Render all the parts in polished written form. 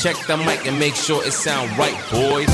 Check the mic and make sure it sound right, boys.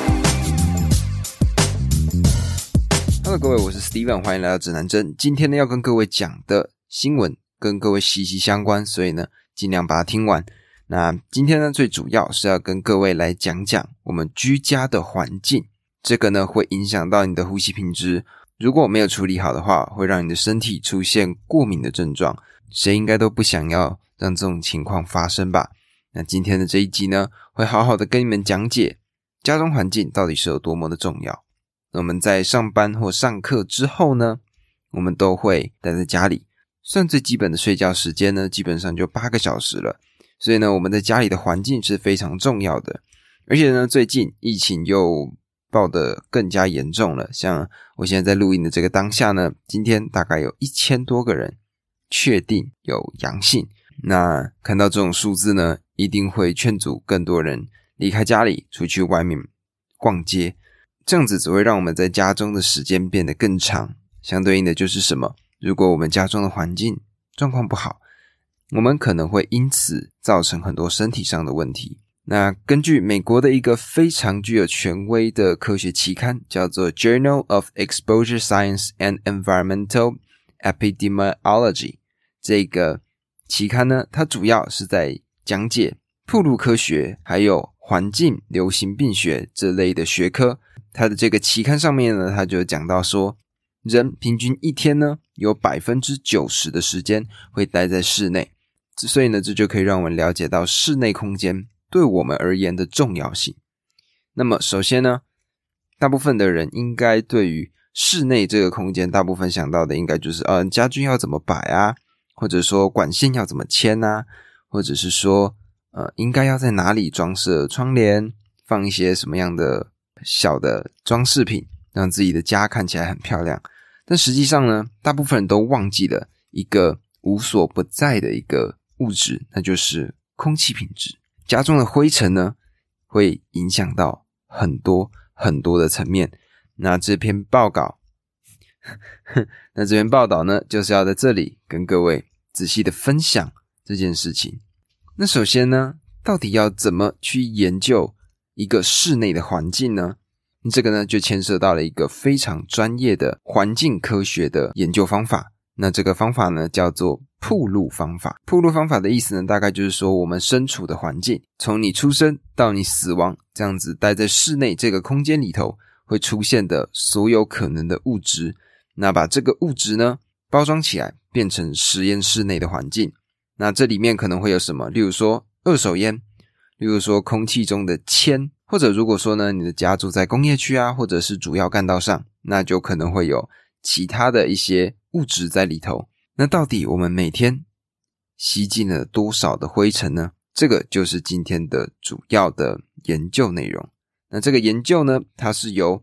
Hello， 各位，我是 Steven， 欢迎来到指南针。今天呢，要跟各位讲的新闻跟各位息息相关，所以呢，尽量把它听完。那今天呢，最主要是要跟各位来讲讲我们居家的环境，这个呢会影响到你的呼吸品质。如果没有处理好的话，会让你的身体出现过敏的症状。谁应该都不想要让这种情况发生吧？那今天的这一集呢，会好好的跟你们讲解家中环境到底是有多么的重要。那我们在上班或上课之后呢，我们都会待在家里，算最基本的睡觉时间呢，基本上就8个小时了。所以呢，我们在家里的环境是非常重要的。而且呢，最近疫情又爆得更加严重了，像我现在在录音的这个当下呢，今天大概有1000多个人确定有阳性。那看到这种数字呢，一定会劝阻更多人离开家里，出去外面逛街。这样子只会让我们在家中的时间变得更长。相对应的就是什么？如果我们家中的环境状况不好，我们可能会因此造成很多身体上的问题。那根据美国的一个非常具有权威的科学期刊，叫做 Journal of Exposure Science and Environmental Epidemiology， 这个期刊呢，它主要是在讲解暴露科学还有环境流行病学这类的学科。它的这个期刊上面呢，它就讲到说，人平均一天呢有 90% 的时间会待在室内，所以呢，这就可以让我们了解到室内空间对我们而言的重要性。那么首先呢，大部分的人应该对于室内这个空间，大部分想到的应该就是家具要怎么摆啊，或者说管线要怎么牵啊，或者是说应该要在哪里装设窗帘，放一些什么样的小的装饰品，让自己的家看起来很漂亮。但实际上呢，大部分人都忘记了一个无所不在的一个物质，那就是空气品质。家中的灰尘呢，会影响到很多很多的层面。那这篇报道呢，就是要在这里跟各位仔细的分享这件事情。那首先呢，到底要怎么去研究一个室内的环境呢？这个呢，就牵涉到了一个非常专业的环境科学的研究方法。那这个方法呢，叫做暴露方法。暴露方法的意思呢，大概就是说我们身处的环境，从你出生到你死亡，这样子待在室内这个空间里头会出现的所有可能的物质，那把这个物质呢包装起来，变成实验室内的环境。那这里面可能会有什么？例如说二手烟，例如说空气中的铅，或者如果说呢你的家住在工业区啊，或者是主要干道上，那就可能会有其他的一些物质在里头。那到底我们每天吸进了多少的灰尘呢？这个就是今天的主要的研究内容。那这个研究呢，它是由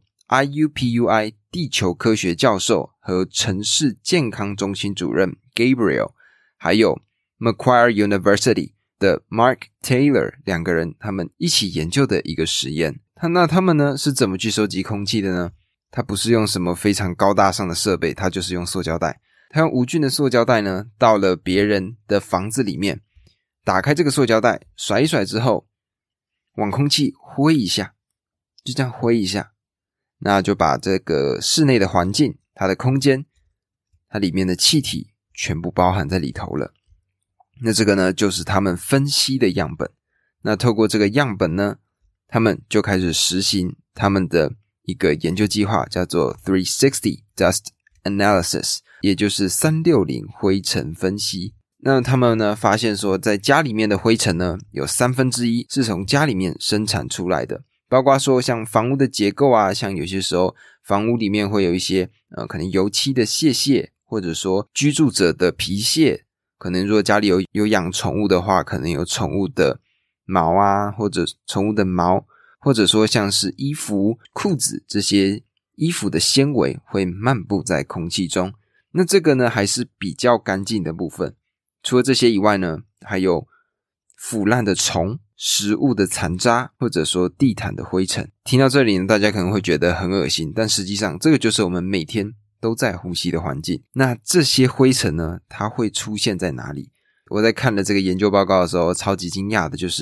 IUPUI 地球科学教授和城市健康中心主任 Gabriel， 还有 Macquarie University 的 Mark Taylor 两个人他们一起研究的一个实验。那他们呢是怎么去收集空气的呢？他不是用什么非常高大上的设备，他就是用塑胶袋。他用无菌的塑胶袋呢，到了别人的房子里面，打开这个塑胶袋，甩一甩之后，往空气挥一下，就这样挥一下，那就把这个室内的环境，它的空间，它里面的气体全部包含在里头了。那这个呢，就是他们分析的样本。那透过这个样本呢，他们就开始实行他们的一个研究计划，叫做360 Dust Analysis， 也就是360灰尘分析。那他们呢发现说，在家里面的灰尘呢，有1/3是从家里面生产出来的，包括说像房屋的结构啊，像有些时候房屋里面会有一些可能油漆的屑，或者说居住者的皮屑，可能如果家里有养宠物的话，可能有宠物的毛啊，或者宠物的毛，或者说像是衣服、裤子这些衣服的纤维会漫步在空气中。那这个呢还是比较干净的部分。除了这些以外呢，还有腐烂的虫、食物的残渣，或者说地毯的灰尘。听到这里呢，大家可能会觉得很恶心，但实际上这个就是我们每天都在呼吸的环境。那这些灰尘呢，它会出现在哪里？我在看了这个研究报告的时候，超级惊讶的就是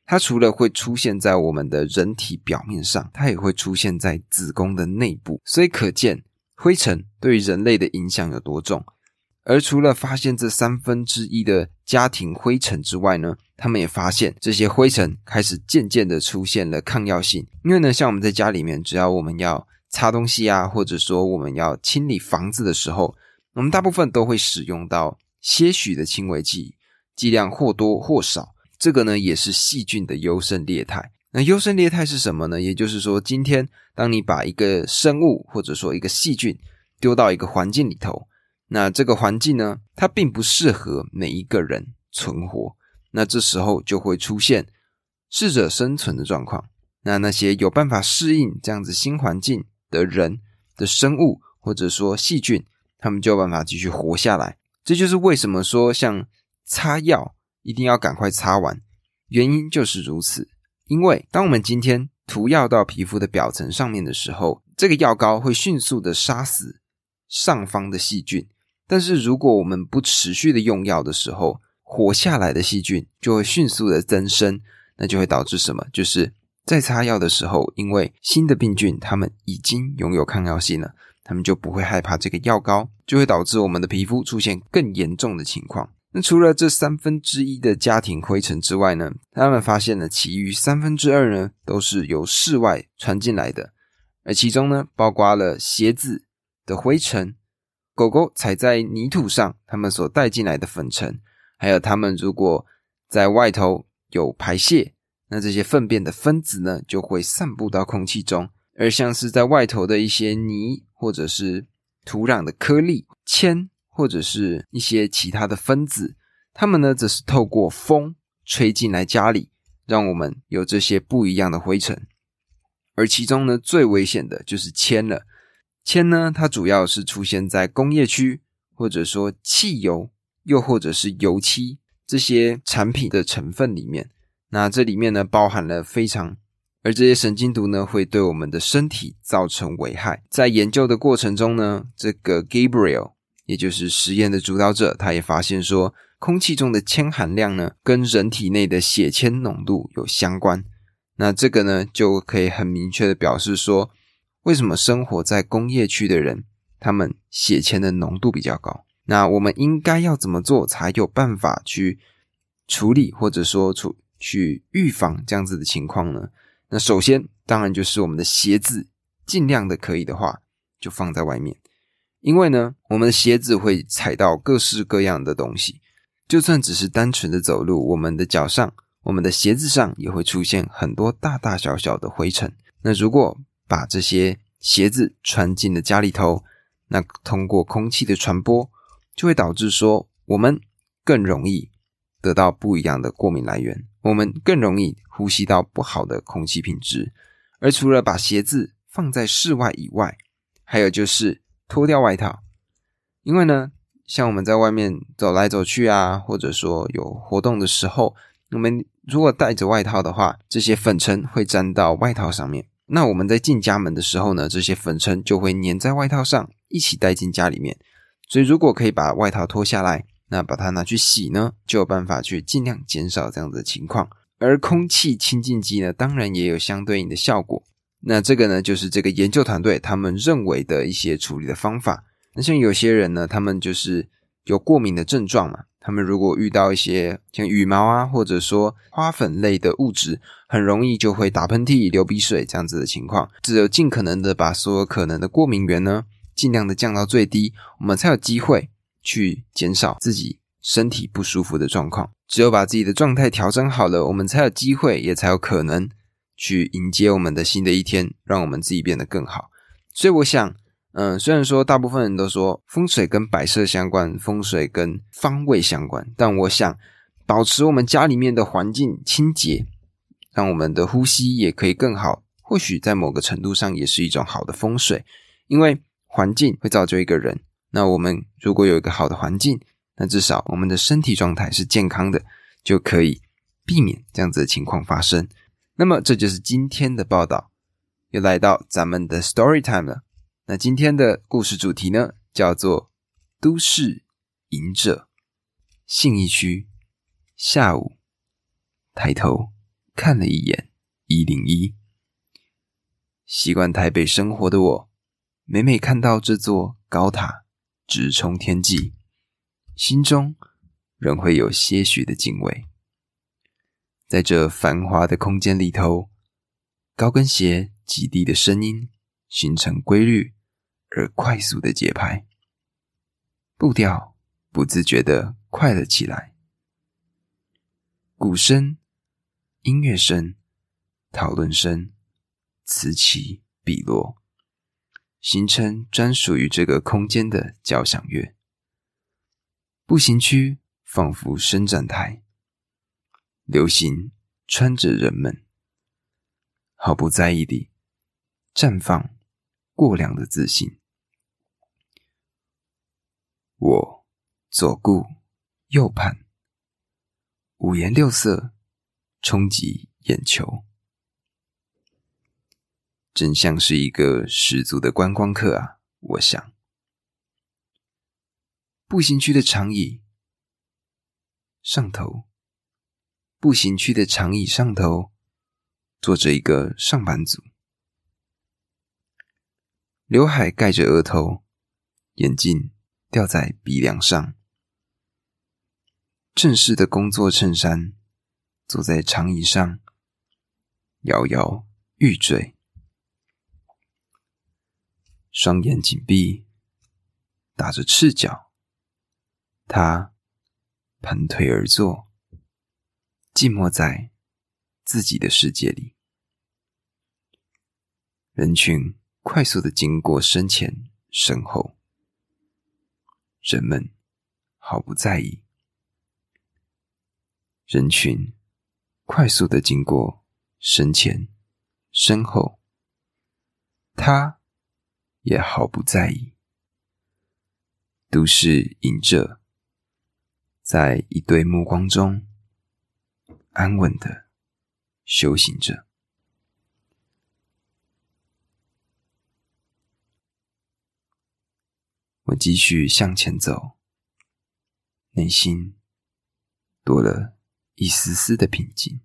它除了会出现在我们的人体表面上，它也会出现在子宫的内部，所以可见灰尘对于人类的影响有多重。而除了发现这1/3的家庭灰尘之外呢，他们也发现这些灰尘开始渐渐的出现了抗药性。因为呢，像我们在家里面，只要我们要擦东西啊，或者说我们要清理房子的时候，我们大部分都会使用到些许的清微剂，剂量或多或少。这个呢也是细菌的优胜劣汰。那优胜劣汰是什么呢？也就是说，今天当你把一个生物或者说一个细菌丢到一个环境里头，那这个环境呢，它并不适合每一个人存活，那这时候就会出现适者生存的状况。那些有办法适应这样子新环境的人的生物或者说细菌，他们就有办法继续活下来。这就是为什么说像擦药一定要赶快擦完，原因就是如此。因为当我们今天涂药到皮肤的表层上面的时候，这个药膏会迅速的杀死上方的细菌，但是如果我们不持续的用药的时候，活下来的细菌就会迅速的增生，那就会导致什么？就是在擦药的时候，因为新的病菌它们已经拥有抗药性了，他们就不会害怕这个药膏，就会导致我们的皮肤出现更严重的情况。那除了这1/3的家庭灰尘之外呢，他们发现了其余2/3呢都是由室外传进来的，而其中呢包括了鞋子的灰尘、狗狗踩在泥土上他们所带进来的粉尘，还有他们如果在外头有排泄，那这些粪便的分子呢就会散布到空气中，而像是在外头的一些泥或者是土壤的颗粒、铅或者是一些其他的分子，它们呢则是透过风吹进来家里，让我们有这些不一样的灰尘。而其中呢最危险的就是铅了。铅呢它主要是出现在工业区，或者说汽油又或者是油漆这些产品的成分里面。那这里面呢包含了而这些神经毒呢会对我们的身体造成危害。在研究的过程中呢，这个 Gabriel 也就是实验的主导者，他也发现说空气中的铅含量呢跟人体内的血铅浓度有相关。那这个呢就可以很明确的表示说，为什么生活在工业区的人他们血铅的浓度比较高。那我们应该要怎么做才有办法去处理或者说去预防这样子的情况呢？那首先当然就是我们的鞋子尽量的可以的话就放在外面。因为呢我们的鞋子会踩到各式各样的东西，就算只是单纯的走路，我们的脚上、我们的鞋子上也会出现很多大大小小的灰尘。那如果把这些鞋子穿进了家里头，那通过空气的传播就会导致说我们更容易得到不一样的过敏来源，我们更容易呼吸到不好的空气品质。而除了把鞋子放在室外以外，还有就是脱掉外套。因为呢像我们在外面走来走去啊，或者说有活动的时候，我们如果带着外套的话，这些粉尘会沾到外套上面，那我们在进家门的时候呢，这些粉尘就会粘在外套上一起带进家里面。所以如果可以把外套脱下来，那把它拿去洗呢，就有办法去尽量减少这样的情况。而空气清净机呢当然也有相对应的效果。那这个呢就是这个研究团队他们认为的一些处理的方法。那像有些人呢他们就是有过敏的症状嘛，他们如果遇到一些像羽毛啊或者说花粉类的物质，很容易就会打喷嚏、流鼻水这样子的情况。只有尽可能的把所有可能的过敏源呢尽量的降到最低，我们才有机会去减少自己身体不舒服的状况。只有把自己的状态调整好了，我们才有机会也才有可能去迎接我们的新的一天，让我们自己变得更好。所以我想虽然说大部分人都说风水跟摆设相关，风水跟方位相关，但我想保持我们家里面的环境清洁，让我们的呼吸也可以更好，或许在某个程度上也是一种好的风水。因为环境会造就一个人，那我们如果有一个好的环境，那至少我们的身体状态是健康的，就可以避免这样子的情况发生。那么这就是今天的报道，又来到咱们的 story time 了。那今天的故事主题呢叫做都市隐者。信义区下午抬头看了一眼101。习惯台北生活的我，每每看到这座高塔直冲天际，心中仍会有些许的敬畏。在这繁华的空间里头，高跟鞋击地的声音形成规律而快速的节拍，步调不自觉地快了起来。鼓声、音乐声、讨论声此起彼落，形成专属于这个空间的交响乐。步行区仿佛伸展台，流行穿着人们，毫不在意地绽放过量的自信。我左顾右盼，五颜六色冲击眼球，真像是一个十足的观光客啊，我想。步行区的长椅上头，坐着一个上班族，刘海盖着额头，眼镜吊在鼻梁上，正式的工作衬衫，坐在长椅上，摇摇欲坠，双眼紧闭，打着赤脚，他盘腿而坐，静默在自己的世界里。人群快速地经过身前身后，人们毫不在意。人群快速地经过身前身后，他也毫不在意。都市隐者在一堆目光中安稳地修行着。我继续向前走，内心多了一丝丝的平静。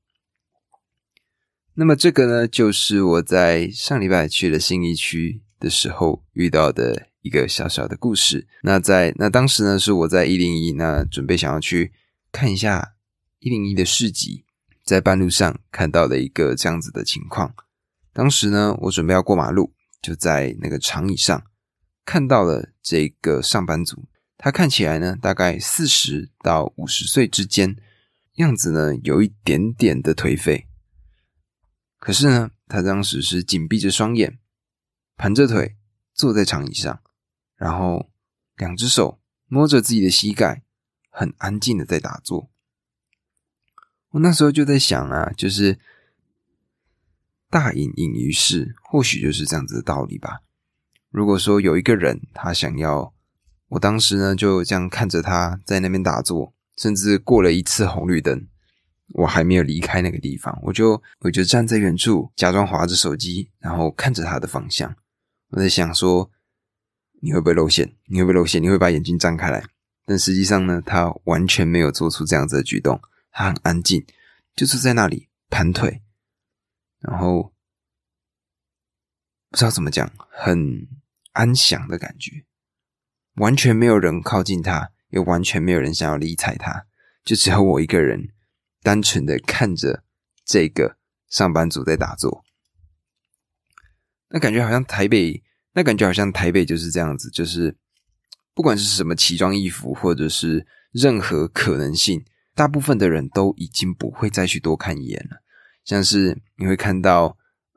那么这个呢，就是我在上礼拜去了信义区的时候遇到的一个小小的故事。那当时呢，是我在101，那准备想要去看一下101的市集，在半路上看到了一个这样子的情况。当时呢，我准备要过马路，就在那个长椅上看到了这个上班族，他看起来呢大概40到50岁之间，样子呢有一点点的颓废。可是呢，他当时是紧闭着双眼，盘着腿坐在长椅上，然后两只手摸着自己的膝盖，很安静的在打坐。我那时候就在想啊，就是大隐隐于市，或许就是这样子的道理吧。如果说有一个人他想要，我当时呢就这样看着他在那边打坐，甚至过了一次红绿灯，我还没有离开那个地方，我就站在远处，假装滑着手机，然后看着他的方向。我在想说，你会不会露馅？你会把眼睛张开来？但实际上呢，他完全没有做出这样子的举动，他很安静，就是在那里盘腿，然后不知道怎么讲，很安详的感觉，完全没有人靠近他，也完全没有人想要理睬他，就只有我一个人单纯的看着这个上班族在打坐。那感觉好像台北就是这样子，就是不管是什么奇装异服，或者是任何可能性，大部分的人都已经不会再去多看一眼了。像是你会看到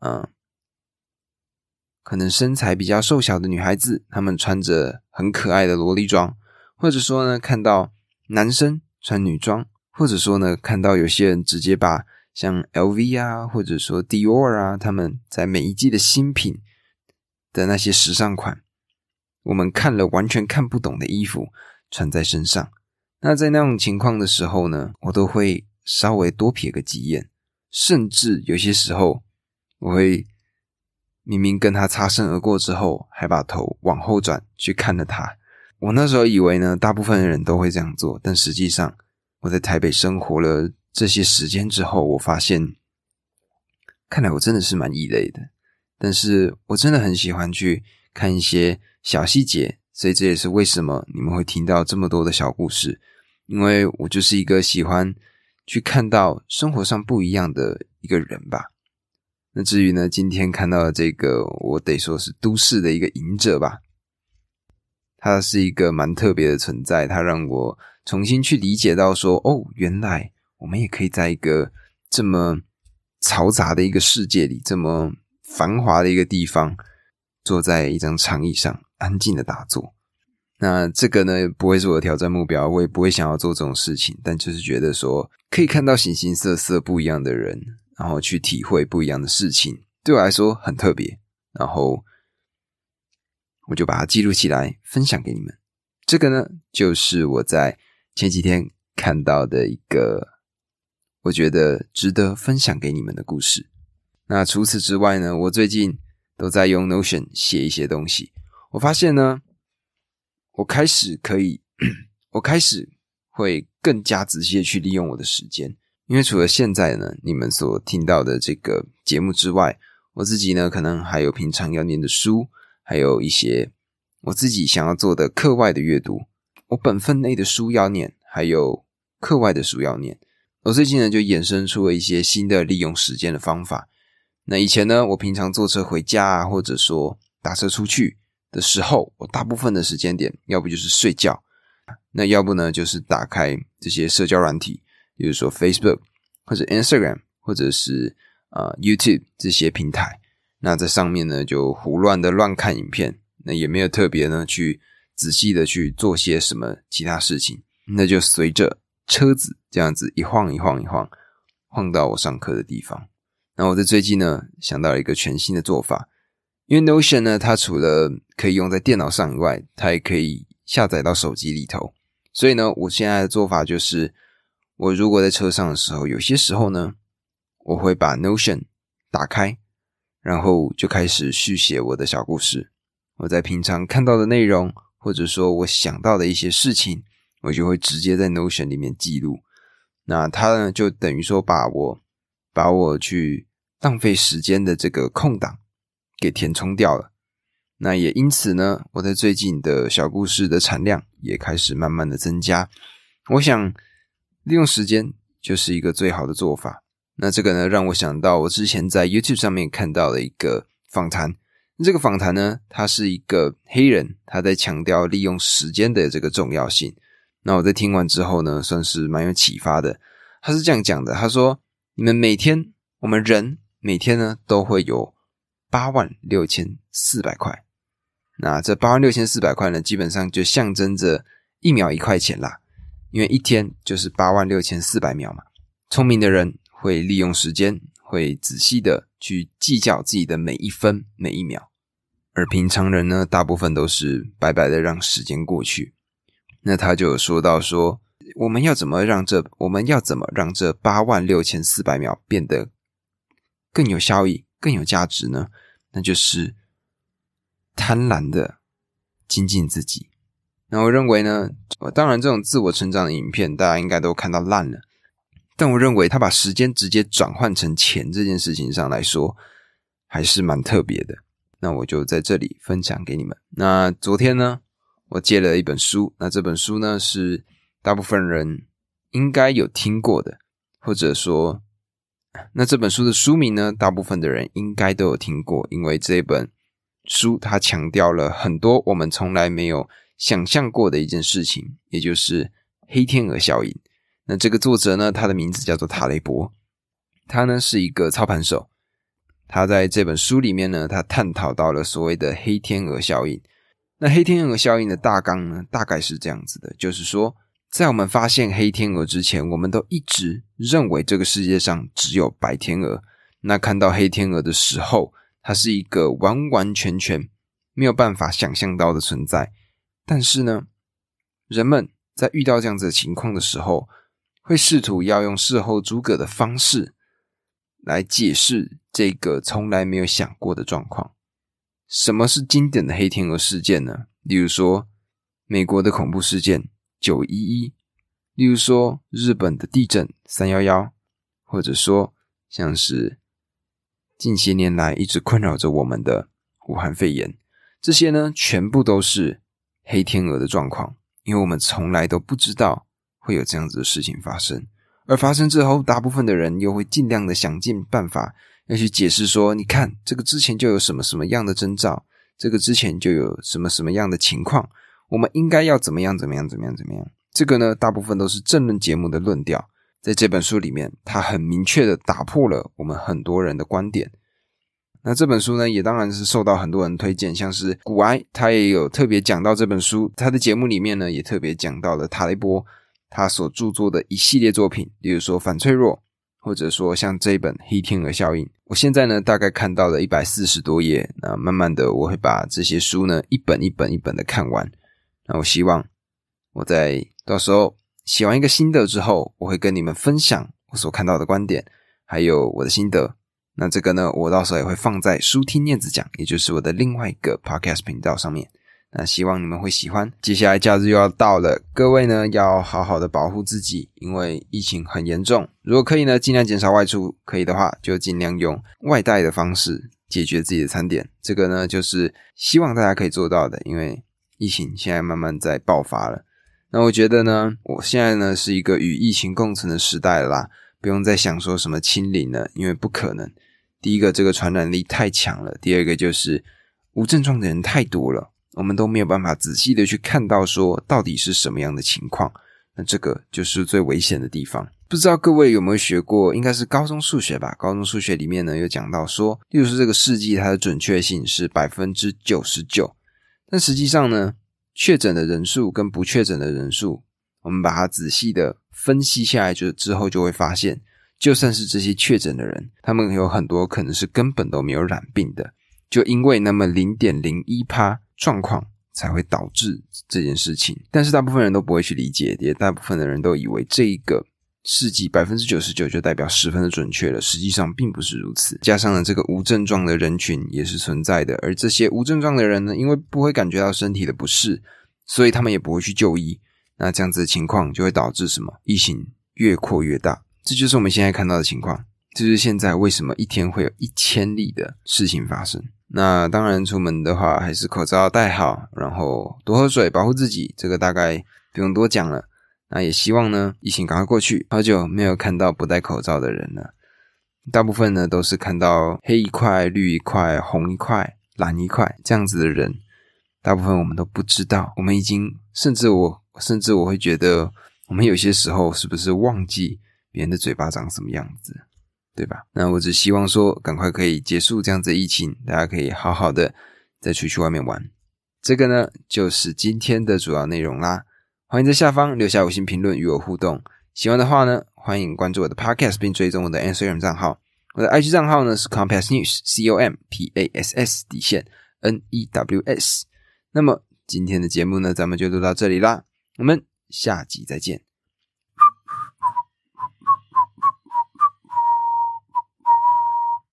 可能身材比较瘦小的女孩子，她们穿着很可爱的萝莉装，或者说呢看到男生穿女装，或者说呢看到有些人直接把像 LV 啊，或者说 Dior 啊，他们在每一季的新品的那些时尚款，我们看了完全看不懂的衣服穿在身上。那在那种情况的时候呢，我都会稍微多瞥个几眼，甚至有些时候我会明明跟他擦身而过之后，还把头往后转去看了他。我那时候以为呢，大部分的人都会这样做，但实际上我在台北生活了这些时间之后，我发现看来我真的是蛮异类的，但是我真的很喜欢去看一些小细节，所以这也是为什么你们会听到这么多的小故事，因为我就是一个喜欢去看到生活上不一样的一个人吧。那至于呢，今天看到的这个，我得说是都市的一个隐者吧，他是一个蛮特别的存在，他让我重新去理解到说，原来我们也可以在一个这么嘈杂的一个世界里，这么繁华的一个地方，坐在一张长椅上安静的打坐。那这个呢，不会是我的挑战目标，我也不会想要做这种事情，但就是觉得说可以看到形形色色不一样的人，然后去体会不一样的事情，对我来说很特别，然后我就把它记录起来分享给你们。这个呢，就是我在前几天看到的一个我觉得值得分享给你们的故事。那除此之外呢，我最近都在用 Notion 写一些东西。我发现呢，我开始会更加仔细的去利用我的时间。因为除了现在呢，你们所听到的这个节目之外，我自己呢，可能还有平常要念的书，还有一些我自己想要做的课外的阅读。我本分内的书要念，还有课外的书要念。我最近呢，就衍生出了一些新的利用时间的方法。那以前呢，我平常坐车回家啊，或者说打车出去的时候，我大部分的时间点要不就是睡觉，那要不呢就是打开这些社交软体，比如说 Facebook 或者 Instagram 或者是YouTube 这些平台。那在上面呢就胡乱的乱看影片，那也没有特别呢去仔细的去做些什么其他事情，那就随着车子这样子一晃一晃一晃，晃到我上课的地方。那我在最近呢想到了一个全新的做法，因为 Notion 呢它除了可以用在电脑上以外，它也可以下载到手机里头。所以呢我现在的做法就是，我如果在车上的时候，有些时候呢我会把 Notion 打开，然后就开始续写我的小故事。我在平常看到的内容，或者说我想到的一些事情，我就会直接在 Notion 里面记录。那它呢就等于说把我去浪费时间的这个空档给填充掉了。那也因此呢，我在最近的小故事的产量也开始慢慢的增加。我想利用时间就是一个最好的做法。那这个呢让我想到我之前在 YouTube 上面看到的一个访谈。这个访谈呢，他是一个黑人，他在强调利用时间的这个重要性。那我在听完之后呢，算是蛮有启发的。他是这样讲的，他说我们人每天呢都会有86400块。那这86400块呢，基本上就象征着1秒1块钱啦，因为一天就是86400秒嘛。聪明的人会利用时间，会仔细的去计较自己的每一分每一秒，而平常人呢，大部分都是白白的让时间过去。那他就有说到说，我们要怎么让这86400秒变得更有效益、更有价值呢？那就是贪婪的精进自己。那我认为呢，当然这种自我成长的影片大家应该都看到烂了，但我认为他把时间直接转换成钱这件事情上来说，还是蛮特别的。那我就在这里分享给你们。那昨天呢，我借了一本书，那这本书呢是大部分人应该有听过的，或者说那这本书的书名呢，大部分的人应该都有听过，因为这本书它强调了很多我们从来没有想象过的一件事情，也就是黑天鹅效应。那这个作者呢，他的名字叫做塔雷伯，他呢是一个操盘手。他在这本书里面呢，他探讨到了所谓的黑天鹅效应。那黑天鹅效应的大纲呢，大概是这样子的，就是说在我们发现黑天鹅之前，我们都一直认为这个世界上只有白天鹅。那看到黑天鹅的时候，它是一个完完全全没有办法想象到的存在。但是呢，人们在遇到这样子的情况的时候，会试图要用事后诸葛的方式来解释这个从来没有想过的状况。什么是经典的黑天鹅事件呢？例如说美国的恐怖事件911， 例如说日本的地震311，或者说像是近些年来一直困扰着我们的武汉肺炎，这些呢全部都是黑天鹅的状况，因为我们从来都不知道会有这样子的事情发生，而发生之后大部分的人又会尽量的想尽办法要去解释说，你看这个之前就有什么什么样的征兆，这个之前就有什么什么样的情况，我们应该要怎么样怎么样怎么样怎么样。这个呢大部分都是政论节目的论调，在这本书里面它很明确的打破了我们很多人的观点。那这本书呢也当然是受到很多人推荐，像是古埃他也有特别讲到这本书，他的节目里面呢也特别讲到了塔雷波他所著作的一系列作品，例如说反脆弱，或者说像这一本黑天鹅效应。我现在呢大概看到了140多页，那慢慢的我会把这些书呢一本一本一本的看完。那我希望我在到时候写完一个心得之后，我会跟你们分享我所看到的观点还有我的心得。那这个呢我到时候也会放在书听念子讲，也就是我的另外一个 podcast 频道上面，那希望你们会喜欢。接下来假日又要到了，各位呢要好好的保护自己，因为疫情很严重，如果可以呢尽量减少外出，可以的话就尽量用外带的方式解决自己的餐点，这个呢就是希望大家可以做到的，因为疫情现在慢慢在爆发了。那我觉得呢我现在呢是一个与疫情共存的时代了啦，不用再想说什么清零了，因为不可能。第一个这个传染力太强了，第二个就是无症状的人太多了，我们都没有办法仔细的去看到说到底是什么样的情况，那这个就是最危险的地方。不知道各位有没有学过，应该是高中数学吧，高中数学里面呢有讲到说，例如说这个试剂它的准确性是 99%， 但实际上呢确诊的人数跟不确诊的人数，我们把它仔细的分析下来之后就会发现，就算是这些确诊的人，他们有很多可能是根本都没有染病的，就因为那么 0.01% 状况才会导致这件事情。但是大部分人都不会去理解，也大部分的人都以为这一个试剂 99% 就代表10分的准确了，实际上并不是如此。加上呢这个无症状的人群也是存在的，而这些无症状的人呢因为不会感觉到身体的不适，所以他们也不会去就医，那这样子的情况就会导致什么？疫情越扩越大，这就是我们现在看到的情况，这就是现在为什么一天会有1000例的事情发生。那当然出门的话还是口罩戴好，然后多喝水保护自己，这个大概不用多讲了。那也希望呢疫情赶快过去，好久没有看到不戴口罩的人了，大部分呢都是看到黑一块绿一块红一块蓝一块这样子的人，大部分我们都不知道，我们已经甚至我会觉得我们有些时候是不是忘记别人的嘴巴长什么样子，对吧？那我只希望说赶快可以结束这样子的疫情，大家可以好好的再出去外面玩。这个呢就是今天的主要内容啦，欢迎在下方留下5星评论与我互动，喜欢的话呢欢迎关注我的 podcast 并追踪我的 Instagram 账号，我的 IG 账号呢是 Compass News COMPASS_NEWS。 那么今天的节目呢咱们就录到这里啦，我们下集再见。